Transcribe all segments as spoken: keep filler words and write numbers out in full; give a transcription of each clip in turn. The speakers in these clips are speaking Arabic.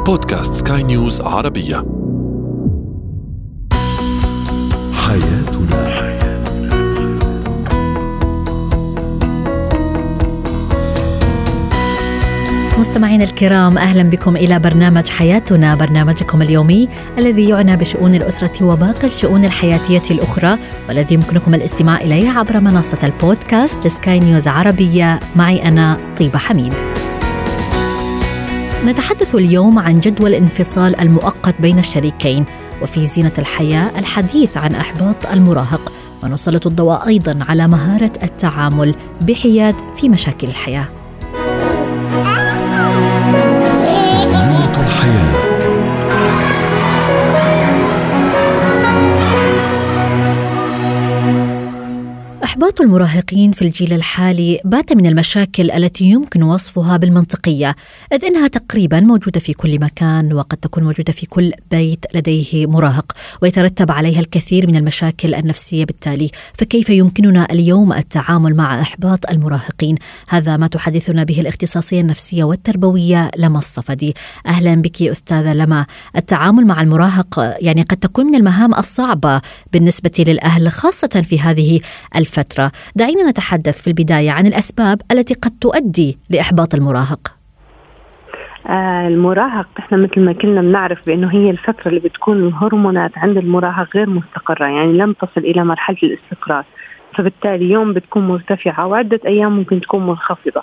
بودكاست سكاي نيوز عربية. حياتنا. مستمعين الكرام، أهلا بكم إلى برنامج حياتنا، برنامجكم اليومي الذي يعنى بشؤون الأسرة وباقي الشؤون الحياتية الأخرى، والذي يمكنكم الاستماع إليه عبر منصة البودكاست لسكاي نيوز عربية. معي أنا طيبة حميد. نتحدث اليوم عن جدول الانفصال المؤقت بين الشريكين، وفي زينة الحياة الحديث عن إحباط المراهق، ونسلط الضوء أيضا على مهارة التعامل بحياد في مشاكل الحياة. زينة الحياة. إحباط المراهقين في الجيل الحالي بات من المشاكل التي يمكن وصفها بالمنطقية، إذ إنها تقريبا موجودة في كل مكان، وقد تكون موجودة في كل بيت لديه مراهق، ويترتب عليها الكثير من المشاكل النفسية بالتالي. فكيف يمكننا اليوم التعامل مع إحباط المراهقين؟ هذا ما تحدثنا به الاختصاصية النفسية والتربوية لما الصفدي. أهلا بك أستاذة لما. التعامل مع المراهق يعني قد تكون من المهام الصعبة بالنسبة للأهل، خاصة في هذه الفترة. دعينا نتحدث في البداية عن الأسباب التي قد تؤدي لإحباط المراهق. آه المراهق احنا مثل ما كنا بنعرف بأنه هي الفترة اللي بتكون الهرمونات عند المراهق غير مستقرة، يعني لم تصل إلى مرحلة الاستقرار، فبالتالي يوم بتكون مرتفعة وعدة أيام ممكن تكون منخفضة.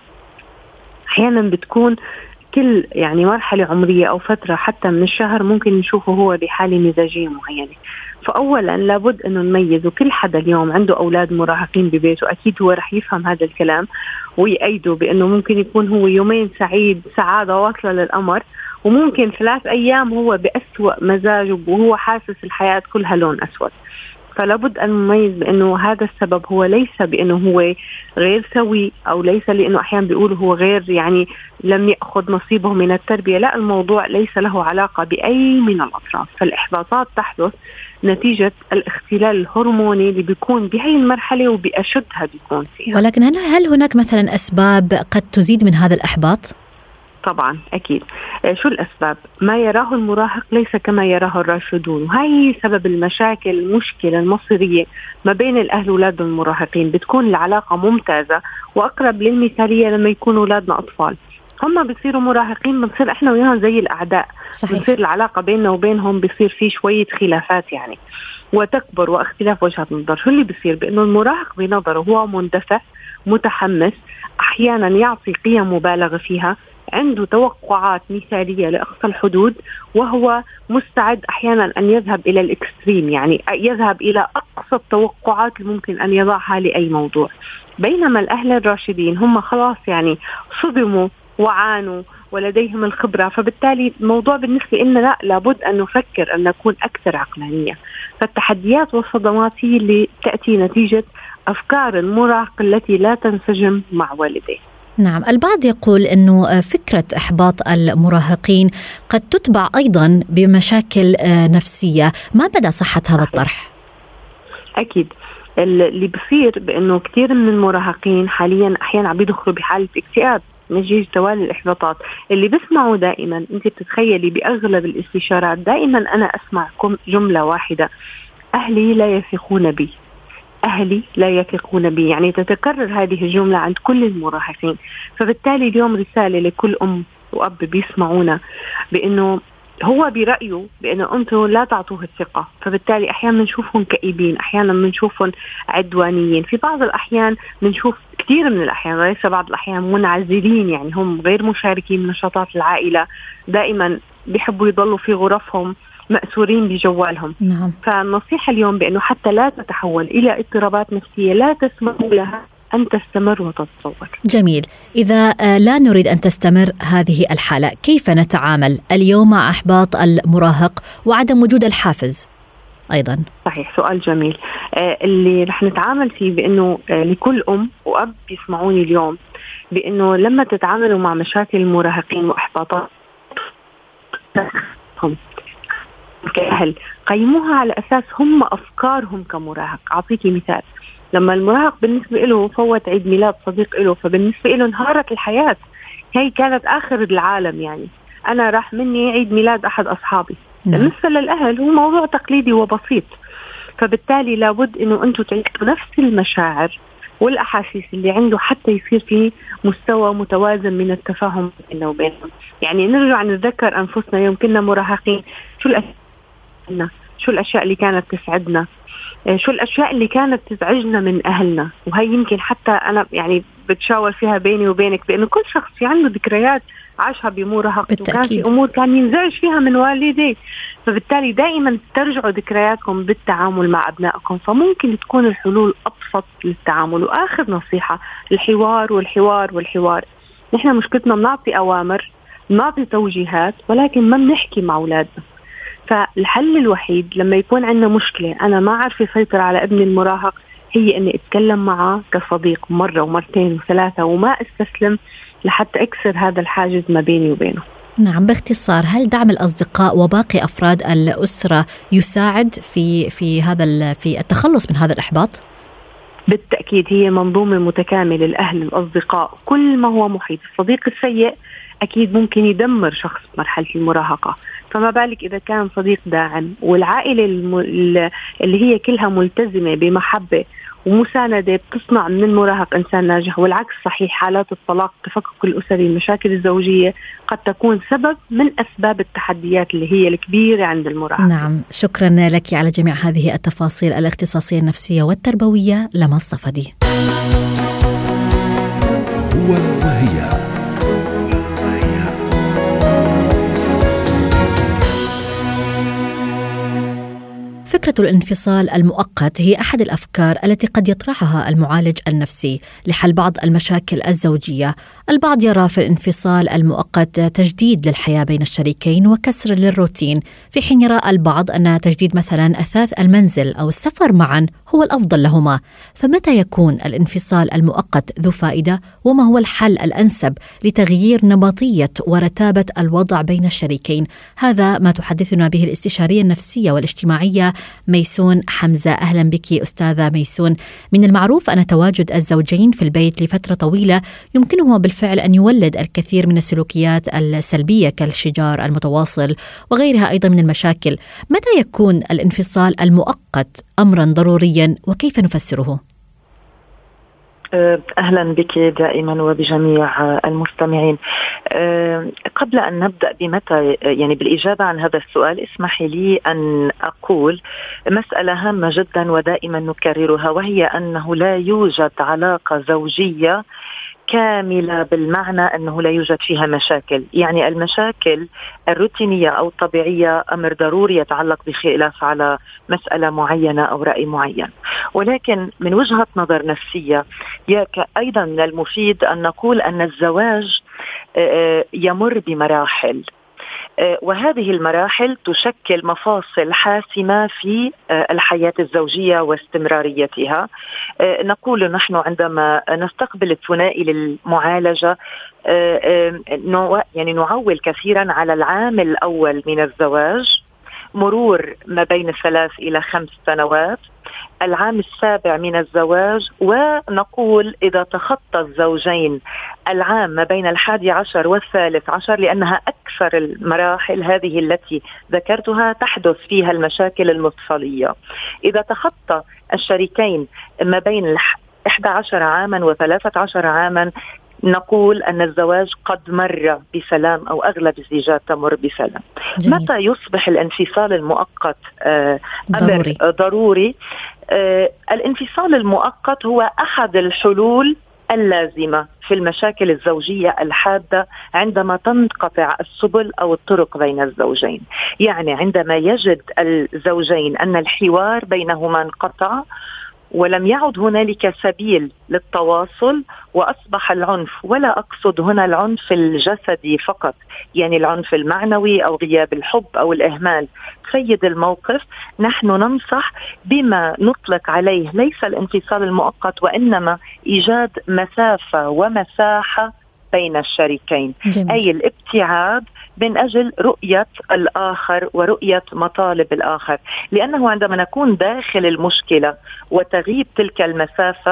أحيانا بتكون كل يعني مرحلة عمرية أو فترة حتى من الشهر ممكن نشوفه هو بحالة مزاجية معينة. فأولا لابد أنه نميز، وكل حدا اليوم عنده أولاد مراهقين ببيته أكيد هو رح يفهم هذا الكلام ويأيده بأنه ممكن يكون هو يومين سعيد سعادة واصلة للقمر، وممكن ثلاث أيام هو بأسوأ مزاجه وهو حاسس الحياة كلها لون أسود. فلابد أن نميز بأنه هذا السبب هو ليس بأنه هو غير سوي، أو ليس لأنه أحيانا بيقولوا هو غير يعني لم يأخذ نصيبه من التربية. لا، الموضوع ليس له علاقة بأي من الأطراف. فالإحباطات تحدث نتيجة الاختلال الهرموني اللي بيكون بهاي المرحلة وبأشدها بيكون فيها. ولكن هل هناك مثلا أسباب قد تزيد من هذا الإحباط؟ طبعا أكيد. شو الأسباب؟ ما يراه المراهق ليس كما يراه الراشدون، وهي سبب المشاكل المشكلة المصيرية ما بين الأهل وأولاد المراهقين. بتكون العلاقة ممتازة وأقرب للمثالية لما يكونوا أولادنا أطفال، هم بيصيروا مراهقين بنصير إحنا وياهم زي الأعداء. صحيح. بتصير العلاقة بيننا وبينهم بيصير فيه شوية خلافات يعني وتكبر واختلاف وجهات نظر. شو اللي بيصير؟ بأنه المراهق بنظره هو مندفع متحمس، أحيانا يعطي قيم مبالغ فيها، عنده توقعات مثالية لأقصى الحدود، وهو مستعد أحيانا أن يذهب إلى الإكستريم، يعني يذهب إلى أقصى التوقعات اللي ممكن أن يضعها لأي موضوع. بينما الأهل الراشدين هم خلاص يعني صدموا وعانوا ولديهم الخبرة، فبالتالي الموضوع بالنسبة لنا لا، لابد أن نفكر أن نكون أكثر عقلانية. فالتحديات والصدمات هي اللي تأتي نتيجة أفكار المراهق التي لا تنسجم مع والديه. نعم، البعض يقول أنه فكرة إحباط المراهقين قد تتبع أيضا بمشاكل نفسية. ما مدى صحة هذا الطرح؟ أكيد اللي بصير بأنه كثير من المراهقين حاليا أحيانا عم يدخلوا بحالة اكتئاب نتيجة توالي الإحباطات اللي بسمعوا دائما. أنت بتتخيلي بأغلب الاستشارات دائما أنا أسمعكم جملة واحدة: أهلي لا يثقون بي، أهلي لا يثقون بي. يعني تتكرر هذه الجملة عند كل المراهقين. فبالتالي اليوم رسالة لكل أم وأب بيسمعونا بأنه هو برأيه بأنه أنتم لا تعطوه الثقة. فبالتالي أحيانا بنشوفهم كئيبين، أحيانا بنشوفهم عدوانيين، في بعض الأحيان بنشوف كثير من الأحيان ليس بعض الأحيان منعزلين، يعني هم غير مشاركين نشاطات العائلة، دائما بيحبوا يضلوا في غرفهم مأسورين بجوالهم. نعم. فالنصيحة اليوم بأنه حتى لا تتحول إلى اضطرابات نفسية لا تسمحوا لها أن تستمر وتتطور. جميل. إذا لا نريد أن تستمر هذه الحالة، كيف نتعامل اليوم مع إحباط المراهق وعدم وجود الحافز أيضا؟ صحيح، سؤال جميل. آه اللي رح نتعامل فيه بأنه آه لكل أم وأب يسمعوني اليوم بأنه لما تتعاملوا مع مشاكل المراهقين وإحباطات كأهل قيموها على أساس هم أفكارهم كمراهق. أعطيكي مثال: لما المراهق بالنسبة له فوت عيد ميلاد صديق له، فبالنسبة له انهارت الحياة، هي كانت آخر العالم يعني. أنا راح مني عيد ميلاد أحد أصحابي. نعم. بالنسبة للأهل هو موضوع تقليدي وبسيط، فبالتالي لابد إنه أنتم تعيشوا نفس المشاعر والأحاسيس اللي عنده حتى يصير في مستوى متوازن من التفاهم بيننا وبينهم. يعني نرجع نتذكر أنفسنا يوم كنا مراهقين، شو الأشياء شو الأشياء اللي كانت تسعدنا، شو الأشياء اللي كانت تزعجنا من أهلنا. وهي يمكن حتى أنا يعني بتشاور فيها بيني وبينك، بأنه كل شخص عنده ذكريات عاشها بمراهقته، وكان في أمور كان ينزعج فيها من والديه، فبالتالي دائما ترجعوا ذكرياتكم بالتعامل مع أبنائكم، فممكن تكون الحلول أبسط للتعامل. وآخر نصيحة، الحوار والحوار والحوار. نحن مشكلتنا بنعطي أوامر، بنعطي توجيهات، ولكن ما بنحكي مع أولادنا. فالحل الوحيد لما يكون عندنا مشكلة أنا ما أعرف أسيطر على ابني المراهق، هي أني أتكلم معه كصديق مرة ومرتين وثلاثة، وما أستسلم لحتى أكسر هذا الحاجز ما بيني وبينه. نعم، باختصار هل دعم الأصدقاء وباقي أفراد الأسرة يساعد في في هذا في التخلص من هذا الإحباط؟ بالتأكيد، هي منظومة متكاملة، الأهل، الأصدقاء، كل ما هو محيط. الصديق السيء أكيد ممكن يدمر شخص مرحلة المراهقة، فما بالك إذا كان صديق داعم. والعائلة الم... اللي هي كلها ملتزمة بمحبة ومساندة بتصنع من المراهق إنسان ناجح. والعكس صحيح، حالات الطلاق، التفكك الأسري، المشاكل الزوجية قد تكون سبب من أسباب التحديات اللي هي الكبيرة عند المراهق. نعم، شكرا لك على جميع هذه التفاصيل الاختصاصية النفسية والتربوية لما الصفدي. هو وهي. فكرة الانفصال المؤقت هي أحد الأفكار التي قد يطرحها المعالج النفسي لحل بعض المشاكل الزوجية. البعض يرى في الانفصال المؤقت تجديد للحياة بين الشريكين وكسر للروتين، في حين يرى البعض أن تجديد مثلا أثاث المنزل أو السفر معا هو الأفضل لهما. فمتى يكون الانفصال المؤقت ذو فائدة؟ وما هو الحل الأنسب لتغيير نمطية ورتابة الوضع بين الشريكين؟ هذا ما تحدثنا به الاستشارية النفسية والاجتماعية ميسون حمزة. أهلا بك أستاذة ميسون. من المعروف أن تواجد الزوجين في البيت لفترة طويلة يمكنه بالفعل أن يولد الكثير من السلوكيات السلبية كالشجار المتواصل وغيرها أيضا من المشاكل. متى يكون الانفصال المؤقت أمرا ضروريا وكيف نفسره؟ أهلا بك دائما وبجميع المستمعين. قبل أن نبدأ بمتى يعني بالإجابة عن هذا السؤال، اسمحي لي أن أقول مسألة هامة جدا ودائما نكررها، وهي أنه لا يوجد علاقة زوجية كاملة بالمعنى أنه لا يوجد فيها مشاكل. يعني المشاكل الروتينية أو الطبيعية أمر ضروري يتعلق بخلاف على مسألة معينة أو رأي معين، ولكن من وجهة نظر نفسية أيضا من المفيد أن نقول أن الزواج يمر بمراحل، وهذه المراحل تشكل مفاصل حاسمة في الحياة الزوجية واستمراريتها. نقول نحن عندما نستقبل الثنائي للمعالجة يعني نعول كثيرا على العام الأول من الزواج، مرور ما بين ثلاث إلى خمس سنوات، العام السابع من الزواج، ونقول إذا تخطى الزوجين العام ما بين الحادي عشر والثالث عشر، لأنها أكثر المراحل هذه التي ذكرتها تحدث فيها المشاكل المفصلية. إذا تخطى الشريكين ما بين إحدى عشر عاما وثلاثة عشر عاما، نقول أن الزواج قد مر بسلام أو أغلب الزيجات تمر بسلام. جميل. متى يصبح الانفصال المؤقت آه ضروري, ضروري؟ آه الانفصال المؤقت هو أحد الحلول اللازمة في المشاكل الزوجية الحادة عندما تنقطع السبل أو الطرق بين الزوجين. يعني عندما يجد الزوجين أن الحوار بينهما انقطع ولم يعد هنالك سبيل للتواصل، وأصبح العنف، ولا أقصد هنا العنف الجسدي فقط، يعني العنف المعنوي أو غياب الحب أو الإهمال، سيد الموقف، نحن ننصح بما نطلق عليه ليس الانفصال المؤقت، وإنما إيجاد مسافة ومساحة بين الشريكين. جميل. أي الابتعاد من أجل رؤية الآخر ورؤية مطالب الآخر، لأنه عندما نكون داخل المشكلة وتغيب تلك المسافة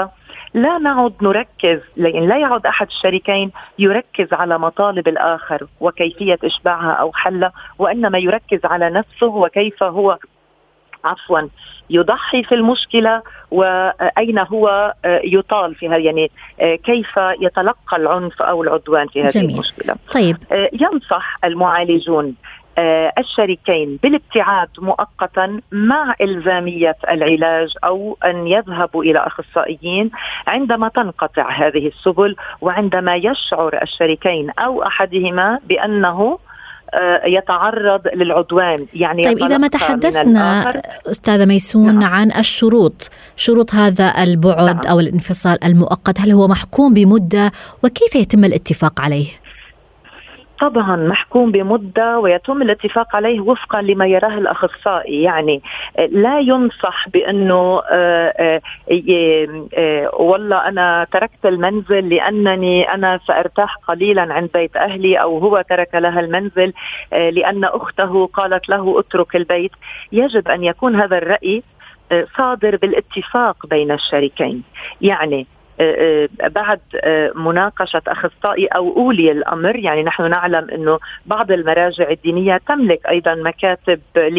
لا نعد نركز، لأن لا يعد أحد الشريكين يركز على مطالب الآخر وكيفية إشباعها أو حلها، وإنما يركز على نفسه وكيف هو عفوا يضحي في المشكلة، وأين هو يطال فيها، يعني كيف يتلقى العنف أو العدوان في هذه جميل. المشكلة. طيب. ينصح المعالجون الشريكين بالابتعاد مؤقتا مع إلزامية العلاج أو أن يذهبوا إلى أخصائيين عندما تنقطع هذه السبل، وعندما يشعر الشريكين أو أحدهما بأنه يتعرض للعدوان. يعني طيب إذا ما تحدثنا أستاذة ميسون نعم. عن الشروط، شروط هذا البعد نعم. أو الانفصال المؤقت، هل هو محكوم بمدة وكيف يتم الاتفاق عليه؟ طبعا محكوم بمدة ويتم الاتفاق عليه وفقا لما يراه الأخصائي. يعني لا ينصح بأنه آآ آآ والله أنا تركت المنزل لأنني أنا سأرتاح قليلا عند بيت أهلي، أو هو ترك لها المنزل لأن أخته قالت له اترك البيت. يجب أن يكون هذا الرأي صادر بالاتفاق بين الشريكين، يعني بعد مناقشة أخصائي أو أولي الأمر. يعني نحن نعلم أنه بعض المراجع الدينية تملك أيضا مكاتب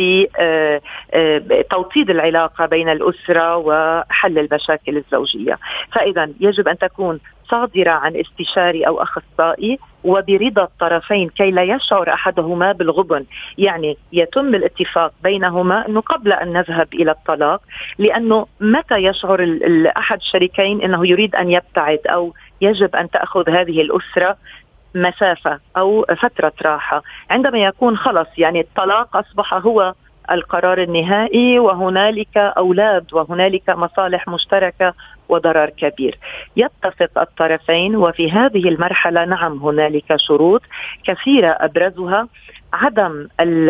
لتوطيد العلاقة بين الأسرة وحل المشاكل الزوجية، فإذا يجب أن تكون صادرة عن استشاري أو أخصائي وبرضا الطرفين كي لا يشعر أحدهما بالغبن. يعني يتم الاتفاق بينهما أنه قبل أن نذهب إلى الطلاق، لأنه متى يشعر أحد الشريكين أنه يريد أن يبتعد أو يجب أن تأخذ هذه الأسرة مسافة أو فترة راحة، عندما يكون خلص يعني الطلاق أصبح هو القرار النهائي وهنالك أولاد وهنالك مصالح مشتركة وضرر كبير. يتفق الطرفين، وفي هذه المرحلة نعم هنالك شروط كثيرة أبرزها عدم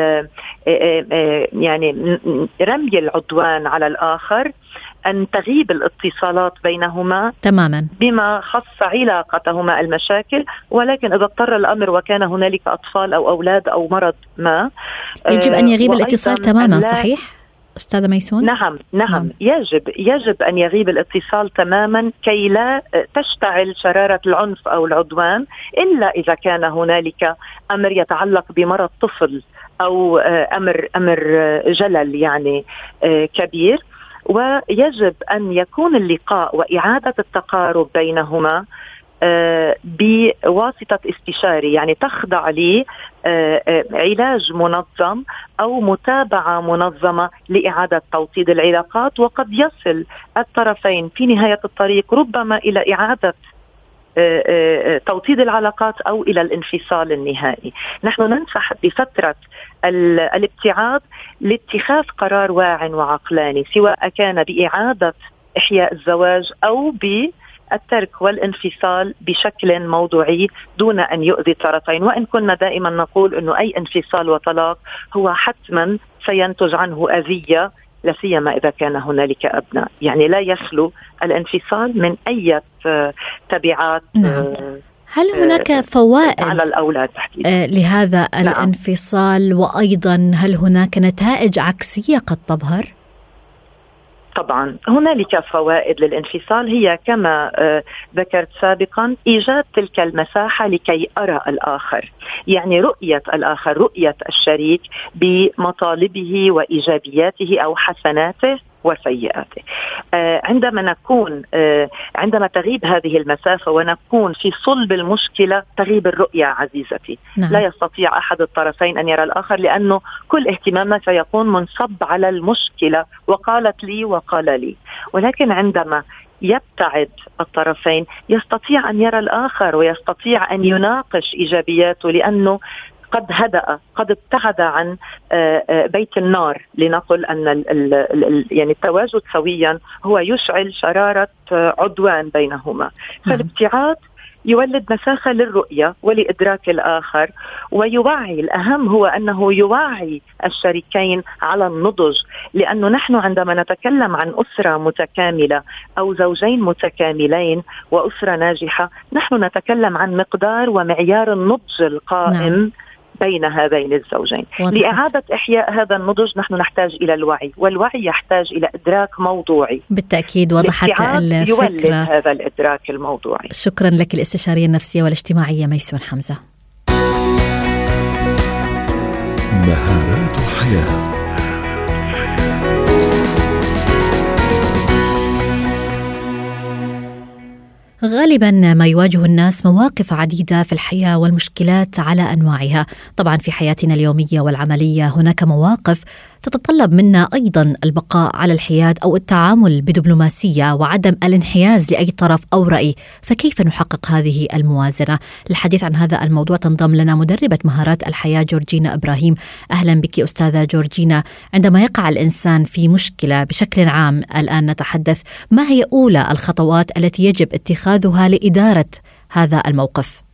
يعني رمي العدوان على الآخر، أن تغيب الاتصالات بينهما تماما بما خص علاقتهما المشاكل، ولكن إذا اضطر الأمر وكان هنالك أطفال أو أولاد أو مرض ما يجب أن يغيب الاتصال تماما. صحيح أستاذة ميسون؟ نعم نعم, نعم. يجب يجب أن يغيب الاتصال تماما كي لا تشتعل شرارة العنف أو العدوان، إلا إذا كان هنالك أمر يتعلق بمرض طفل أو أمر أمر جلل يعني كبير. ويجب أن يكون اللقاء وإعادة التقارب بينهما بواسطة استشاري، يعني تخضع لعلاج منظم أو متابعة منظمة لإعادة توطيد العلاقات، وقد يصل الطرفين في نهاية الطريق ربما إلى إعادة توطيد العلاقات أو إلى الانفصال النهائي. نحن ننصح بفترة الابتعاد لاتخاذ قرار واع وعقلاني، سواء كان بإعادة إحياء الزواج أو بالترك والانفصال بشكل موضوعي دون أن يؤذي الطرفين. وإن كنا دائما نقول أنه أي انفصال وطلاق هو حتما سينتج عنه أذية، لا سيما إذا كان هنالك أبناء. يعني لا يخلو الانفصال من أي تبعات. نعم. هل هناك فوائد على الأولاد تحديدا لهذا الانفصال؟ نعم. وأيضا هل هناك نتائج عكسية قد تظهر؟ طبعا هنالك فوائد للانفصال، هي كما ذكرت سابقا إيجاد تلك المساحة لكي أرى الآخر، يعني رؤية الآخر، رؤية الشريك بمطالبه وإيجابياته أو حسناته وسيئاته. آه عندما نكون آه عندما تغيب هذه المسافة ونكون في صلب المشكلة تغيب الرؤية عزيزتي. نعم. لا يستطيع أحد الطرفين أن يرى الآخر، لأنه كل اهتمامه سيكون منصب على المشكلة، وقالت لي وقال لي. ولكن عندما يبتعد الطرفين يستطيع أن يرى الآخر ويستطيع أن يناقش إيجابياته، لأنه قد هدأ، قد ابتعد عن بيت النار. لنقل أن ال ال يعني التواجد سويا هو يشعل شرارة عدوان بينهما. فالابتعاد يولد مساحة للرؤية ولإدراك الآخر ويوعي. الأهم هو أنه يوعي الشريكين على النضج، لأنه نحن عندما نتكلم عن أسرة متكاملة أو زوجين متكاملين وأسرة ناجحة، نحن نتكلم عن مقدار ومعيار النضج القائم. نعم. بين هذين الزوجين. وضحت. لإعادة إحياء هذا النضج نحن نحتاج إلى الوعي، والوعي يحتاج إلى إدراك موضوعي. بالتأكيد وضحت الفكرة. يولد هذا الإدراك الموضوعي. شكرا لك الاستشارية النفسية والاجتماعية ميسون حمزة. مهارات حياة. غالبا ما يواجه الناس مواقف عديدة في الحياة والمشكلات على أنواعها. طبعا في حياتنا اليومية والعملية هناك مواقف تتطلب منا أيضا البقاء على الحياد أو التعامل بدبلوماسية وعدم الانحياز لأي طرف أو رأي. فكيف نحقق هذه الموازنة؟ للحديث عن هذا الموضوع تنضم لنا مدربة مهارات الحياة جورجينا إبراهيم. أهلا بك أستاذة جورجينا. عندما يقع الإنسان في مشكلة بشكل عام الآن نتحدث، ما هي أولى الخطوات التي يجب اتخاذها لإدارة هذا الموقف؟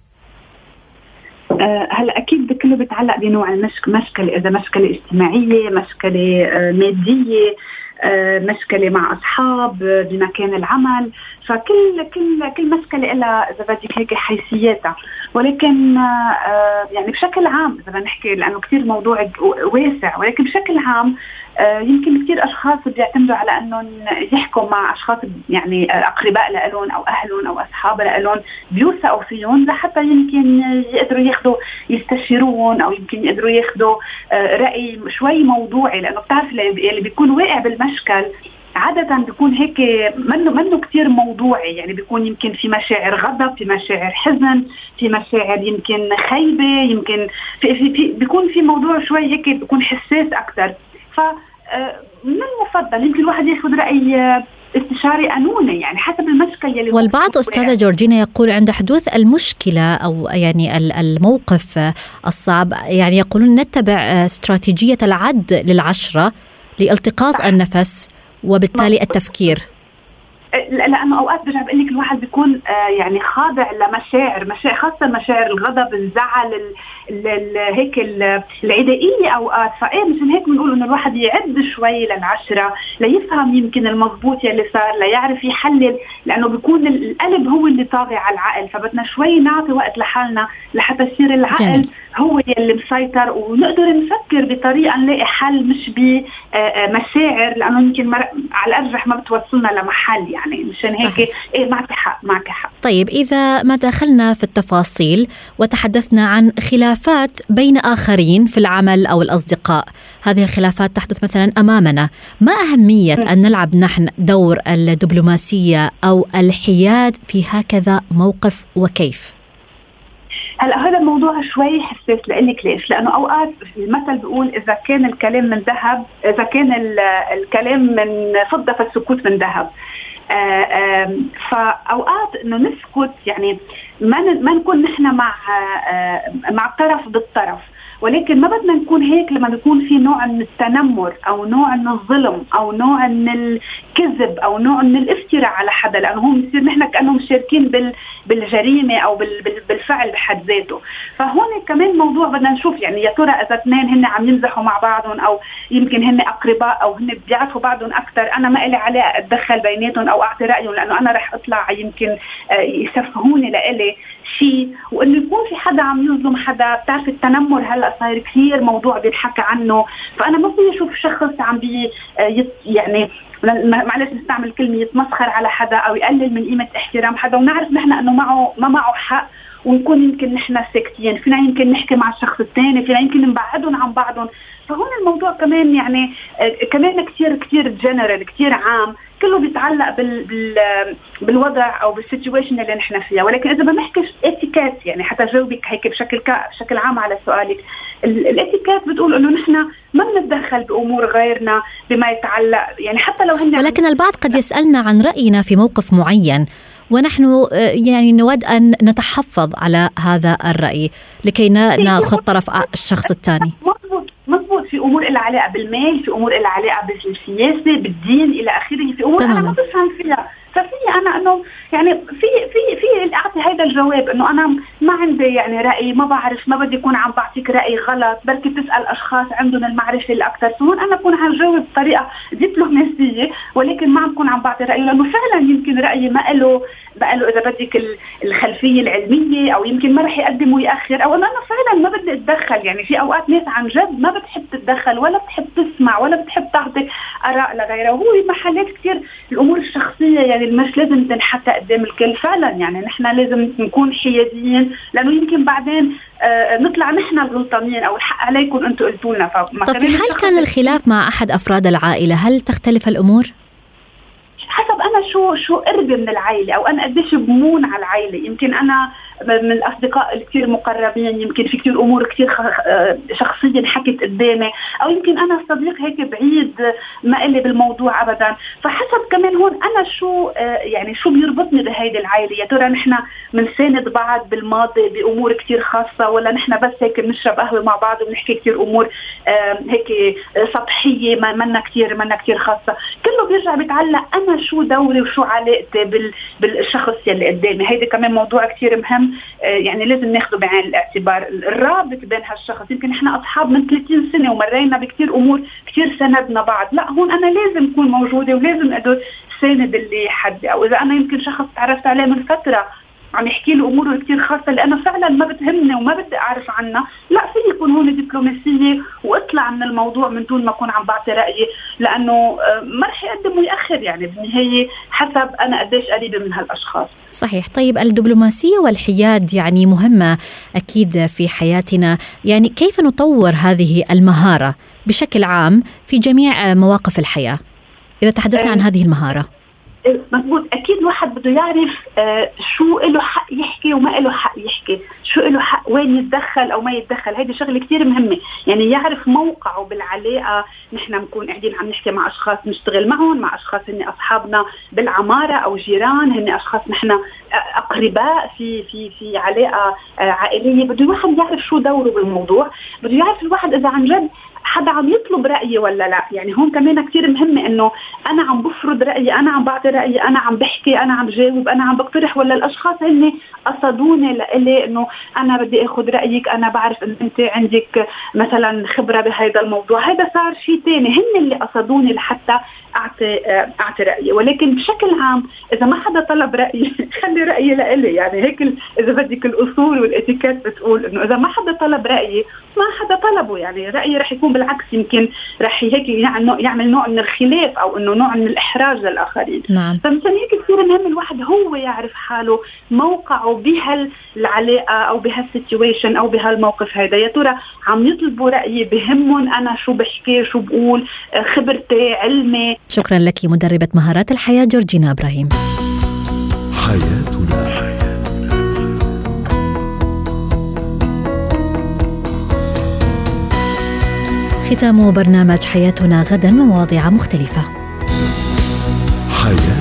هلا اكيد كله بيتعلق بنوع المشكله، اذا مشكله اجتماعيه، مشكله ماديه، مشكله مع اصحاب بمكان العمل. فكل كل كل مشكله لها اذا بدك هيك حيثياتها، ولكن يعني بشكل عام اذا بنحكي لانه كثير موضوع واسع، ولكن بشكل عام يمكن كثير اشخاص بيعتمدوا على انهم يحكوا مع اشخاص يعني اقرباء لهم او اهلهم او اصحاب لهم بيوثقوا فيهم لحتى يمكن يقدروا ياخذوا يستشيرون او يمكن يقدروا ياخذوا راي شوي موضوعي، لانه بتعرف اللي بيكون واقع بالمشكل عادة بيكون هيك منه منه كتير موضوعي، يعني بيكون يمكن في مشاعر غضب، في مشاعر حزن، في مشاعر يمكن خيبة، يمكن في في, في بيكون في موضوع شوي هيك بيكون حساس أكتر. فمن المفضل يمكن الواحد ياخذ رأي استشاري قانوني يعني حسب المشكلة يلي. والبعض أستاذة جورجينا يقول عند حدوث المشكلة أو يعني الموقف الصعب يعني يقولون نتبع استراتيجية العد للعشرة لالتقاط النفس وبالتالي التفكير. لأنه أوقات برجع بقول لك الواحد بيكون يعني خاضع لمشاعر مشاعر خاصة مشاعر الغضب، الزعل، ال ال هيك العدائية أوقات. فإيه مشان هيك بنقول إنه الواحد يعد شوي للعشرة ليفهم يمكن المضبوط يلي صار، ليعرف يحلل، لأنه بيكون القلب هو اللي طاغي على العقل. فبدنا شوي نعطي وقت لحالنا لحتى يصير العقل جميل. هو اللي مسيطر، ونقدر نفكر بطريقة نلاقي حل مش بمشاعر، لأنه يمكن على الأرجح ما بتوصلنا لمحل يعني مشان هيك. إيه معك حق معك حق. طيب إذا ما دخلنا في التفاصيل وتحدثنا عن خلافات بين آخرين في العمل أو الأصدقاء، هذه الخلافات تحدث مثلا أمامنا، ما أهمية م. أن نلعب نحن دور الدبلوماسية أو الحياد في هكذا موقف وكيف؟ هلا هذا الموضوع شوي حساس لقلك ليش؟ لأنه أوقات المثل بيقول إذا كان الكلام من ذهب، إذا كان الكلام من فضة فالسكوت من ذهب. فأوقات إنه نسكت يعني ما ما نكون نحن مع مع الطرف بالطرف، ولكن ما بدنا نكون هيك لما يكون في نوع من التنمر أو نوع من الظلم أو نوع من الكذب أو نوع من الافتراء على حدا، لأنه هم يصير نحن كأنهم مشاركين بال بالجريمة أو بال بالفعل بحد ذاته. فهون كمان موضوع بدنا نشوف يعني يا ترى إذا اثنين هن عم يمزحوا مع بعضهم أو يمكن هن أقرباء أو هن بيعرفوا بعضهم أكثر، أنا ما إلي علاقة أتدخل بيناتهم أو أعطي رأيهم، لأنه أنا رح أطلع يمكن يسفهوني لإلي شيء. وإنه يكون في حدا عم يظلم حدا، بتعرف التنمر هلأ صاير كثير موضوع بيتحكى عنه، فأنا ما بدي أشوف شخص عم بي يعني معلش نستعمل كلمة يتمسخر على حدا أو يقلل من قيمة احترام حدا، ونعرف نحن أنه معه ما معه حق، ونكون يمكن نحن ساكتين، فينا يمكن نحكي مع الشخص الثاني، فينا يمكن نبعدهم عن بعضهم. فهون الموضوع كمان يعني كمان كتير كتير جنرال كتير عام، كله بيتعلق بال بال بالوضع او بالسيتويشن اللي نحن فيها. ولكن اذا بنحكي اتيكيت يعني حتى جاوبك هيك بشكل بشكل عام على سؤالك، الاتيكيت بتقول انه نحن ما بنتدخل بامور غيرنا بما يتعلق يعني حتى لو هن. ولكن البعض قد يسالنا عن راينا في موقف معين ونحن يعني نود ان نتحفظ على هذا الراي لكي ناخذ طرف الشخص الثاني. مضبوط، في امور لها علاقه بالمال، في امور لها علاقه بالسياسه، بالدين الى اخره، في امور انا ما بفهم فيها. ففي انا انه يعني في في في اعطي هذا الجواب انه انا ما عندي يعني راي، ما بعرف، ما بدي يكون عم بعطيك راي غلط، بركي تسال اشخاص عندهم المعرفه الاكثر. هون انا بكون عم جاوب بطريقه دبلوماسيه ولكن ما عم بكون عم بعطي رايي، لانه فعلا يمكن رايي ما له بقى له اذا بدك الخلفيه العلميه، او يمكن ما رح يقدم ويأخر، او انا فعلا ما بدي اتدخل. يعني في اوقات ناس عن جد ما بتحب تتدخل ولا بتحب تسمع ولا بتحب تعطي اراء لغيرها، وهو محلات كثير الامور الشخصيه يعني مش لازم تنحط قدام الكل. فعلا يعني نحن لازم نكون حياديين، لانه يمكن بعدين آه نطلع نحن الغلطانين او الحق عليكم انتم قلتوا لنا. طب في حال كان الخلاف مع احد افراد العائله هل تختلف الامور؟ حسب انا شو شو قربي من العائله، او انا قديش بمون على العائله. يمكن انا من الاصدقاء الكثير مقربين، يمكن في كثير امور كثير شخصيه حكت قدامي، او يمكن انا صديق هيك بعيد ما إلي بالموضوع ابدا. فحسب كمان هون انا شو يعني شو بيربطني بهيدي العائله. يا ترى نحن بنساند بعض بالماضي بامور كثير خاصه، ولا نحن بس هيك بنشرب قهوه مع بعض وبنحكي كثير امور هيك سطحيه ما منا كثير منا كثير خاصه. كله بيرجع بيتعلق انا شو دوري وشو علاقتي بال بالشخص يلي قدامي. هيدا كمان موضوع كثير مهم، يعني لازم ناخده بعين الاعتبار. الرابط بين هالشخص، يمكن احنا اصحاب من ثلاثين سنه ومرينا بكثير امور كثير سندنا بعض، لا هون انا لازم اكون موجوده ولازم اقدر ساند اللي حدي. او اذا انا يمكن شخص تعرفت عليه من فتره عم يحكي لي امور كثير خاصه اللي انا فعلا ما بتهمني وما بدي اعرف عنها، لا في يكون هون دبلوماسيه واطلع من الموضوع من دون ما اكون عم بعطي رايي، لانه ما رح يقدم ويأخر. يعني بالنهايه حسب انا قديش قريبه من هالاشخاص. صحيح. طيب الدبلوماسيه والحياد يعني مهمه اكيد في حياتنا، يعني كيف نطور هذه المهاره بشكل عام في جميع مواقف الحياه اذا تحدثنا عن هذه المهاره؟ مضبوط. اكيد واحد بده يعرف آه شو له حق يحكي وما له حق يحكي، شو له حق وين يتدخل او ما يتدخل. هيدي شغله كثير مهمه، يعني يعرف موقعه بالعلاقه. نحن بنكون قاعدين عم نحكي مع اشخاص نشتغل معهم، مع اشخاص هن اصحابنا بالعماره او جيران، هن اشخاص نحن اقرباء في في في علاقه آه عائليه. بده الواحد يعرف شو دوره بالموضوع، بده يعرف الواحد اذا عن جد حدا عم يطلب رأيي ولا لا. يعني هون كمان كتير مهمة انه انا عم بفرض رأيي، انا عم بعطي رأيي، انا عم بحكي، انا عم جاوب، انا عم بقترح، ولا الاشخاص هن قصدوني لإلي انه انا بدي اخذ رأيك، انا بعرف ان انت عندك مثلا خبرة بهذا الموضوع. هذا صار شيء تاني، هن اللي قصدوني لحتى اعطي اعطي رأيي. ولكن بشكل عام اذا ما حدا طلب رأيي خلي رأيي لإلي. يعني هيك اذا بدك الاصول والاتيكيت بتقول انه اذا ما حدا طلب رأيي ما حدا طلبه. يعني رأيي رح يكون بالعكس، يمكن رح هيك يعمل نوع من الخلاف او انه نوع من الاحراج للاخرين. نعم. فمثلا هيك كثير مهم الواحد هو يعرف حاله، موقعه بهالعلاقه او بهالسيتويشن او بهالموقف هذا. يا ترى عم يطلبوا رايي، بهمهم انا شو بحكي، شو بقول، خبرتي، علمي. شكرا لك مدربة مهارات الحياة جورجينا إبراهيم. حياتنا. ختام برنامج حياتنا غدا مواضيع مختلفة. حياتنا.